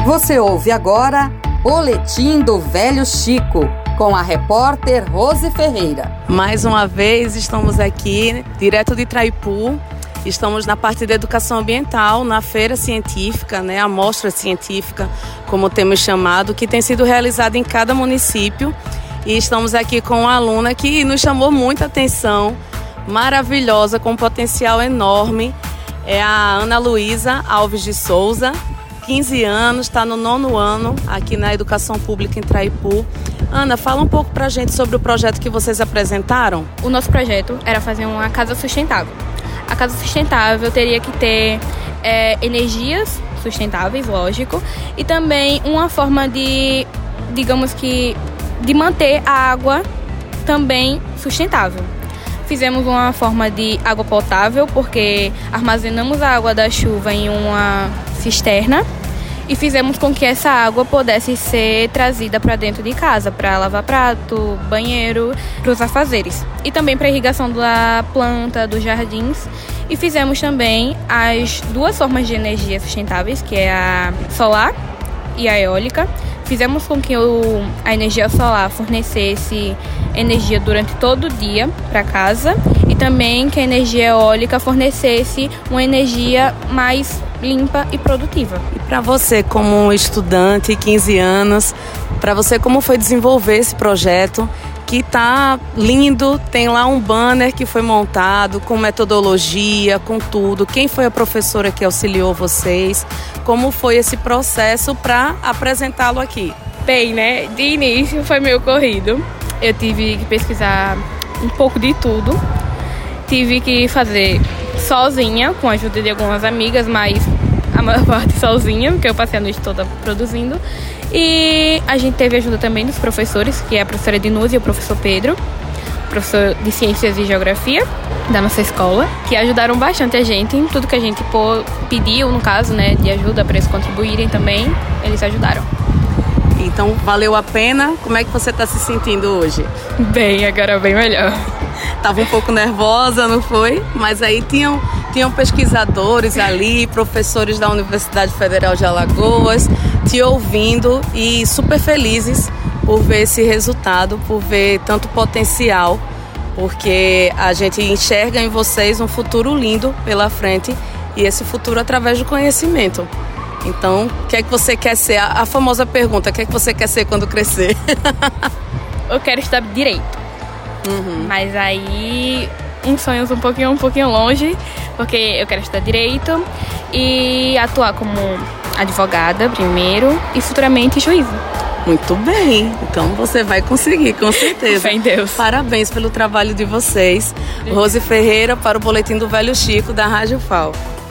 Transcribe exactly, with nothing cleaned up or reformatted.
Você ouve agora Boletim do Velho Chico, com a repórter Rose Ferreira. Mais uma vez estamos aqui, direto de Itraipu. Estamos na parte de educação ambiental, na feira científica, né, a mostra científica, como temos chamado, que tem sido realizada em cada município. E estamos aqui com uma aluna que nos chamou muita atenção, maravilhosa, com um potencial enorme. É a Ana Luísa Alves de Souza, quinze anos, está no nono ano aqui na Educação Pública em Itraipu. Ana, fala um pouco pra gente sobre o projeto que vocês apresentaram. O nosso projeto era fazer uma casa sustentável. A casa sustentável teria que ter é, energias sustentáveis, lógico, e também uma forma de, digamos que, de manter a água também sustentável. Fizemos uma forma de água potável, porque armazenamos a água da chuva em uma cisterna e fizemos com que essa água pudesse ser trazida para dentro de casa, para lavar prato, banheiro, para os afazeres. E também para a irrigação da planta, dos jardins. E fizemos também as duas formas de energia sustentáveis, que é a solar e a eólica. Fizemos com que o, a energia solar fornecesse energia durante todo o dia para casa e também que a energia eólica fornecesse uma energia mais limpa e produtiva. E para você, como estudante, quinze anos, para você, como foi desenvolver esse projeto, que tá lindo, tem lá um banner que foi montado com metodologia, com tudo. Quem foi a professora que auxiliou vocês? Como foi esse processo para apresentá-lo aqui? Bem, né? De início foi meio corrido. Eu tive que pesquisar um pouco de tudo. Tive que fazer sozinha, com a ajuda de algumas amigas, mas a maior parte sozinha, porque eu passei a noite toda produzindo. E a gente teve ajuda também dos professores, que é a professora Dinuse e o professor Pedro, professor de Ciências e Geografia da nossa escola, que ajudaram bastante a gente em tudo que a gente pediu, no caso, né, de ajuda para eles contribuírem também, eles ajudaram. Então, valeu a pena? Como é que você está se sentindo hoje? Bem, agora bem melhor. Estava um pouco nervosa, não foi? Mas aí tinham, tinham pesquisadores ali, professores da Universidade Federal de Alagoas, te ouvindo e super felizes por ver esse resultado, por ver tanto potencial, porque a gente enxerga em vocês um futuro lindo pela frente e esse futuro através do conhecimento. Então, o que é que você quer ser? A, a famosa pergunta, o que é que você quer ser quando crescer? Eu quero estudar direito. Uhum. Mas aí, uns sonhos um pouquinho, um pouquinho longe, porque eu quero estudar direito e atuar como advogada primeiro e futuramente juíza. Muito bem, então você vai conseguir, com certeza. Fé em Deus. Parabéns pelo trabalho de vocês. Rose Ferreira para o Boletim do Velho Chico da Rádio F A O.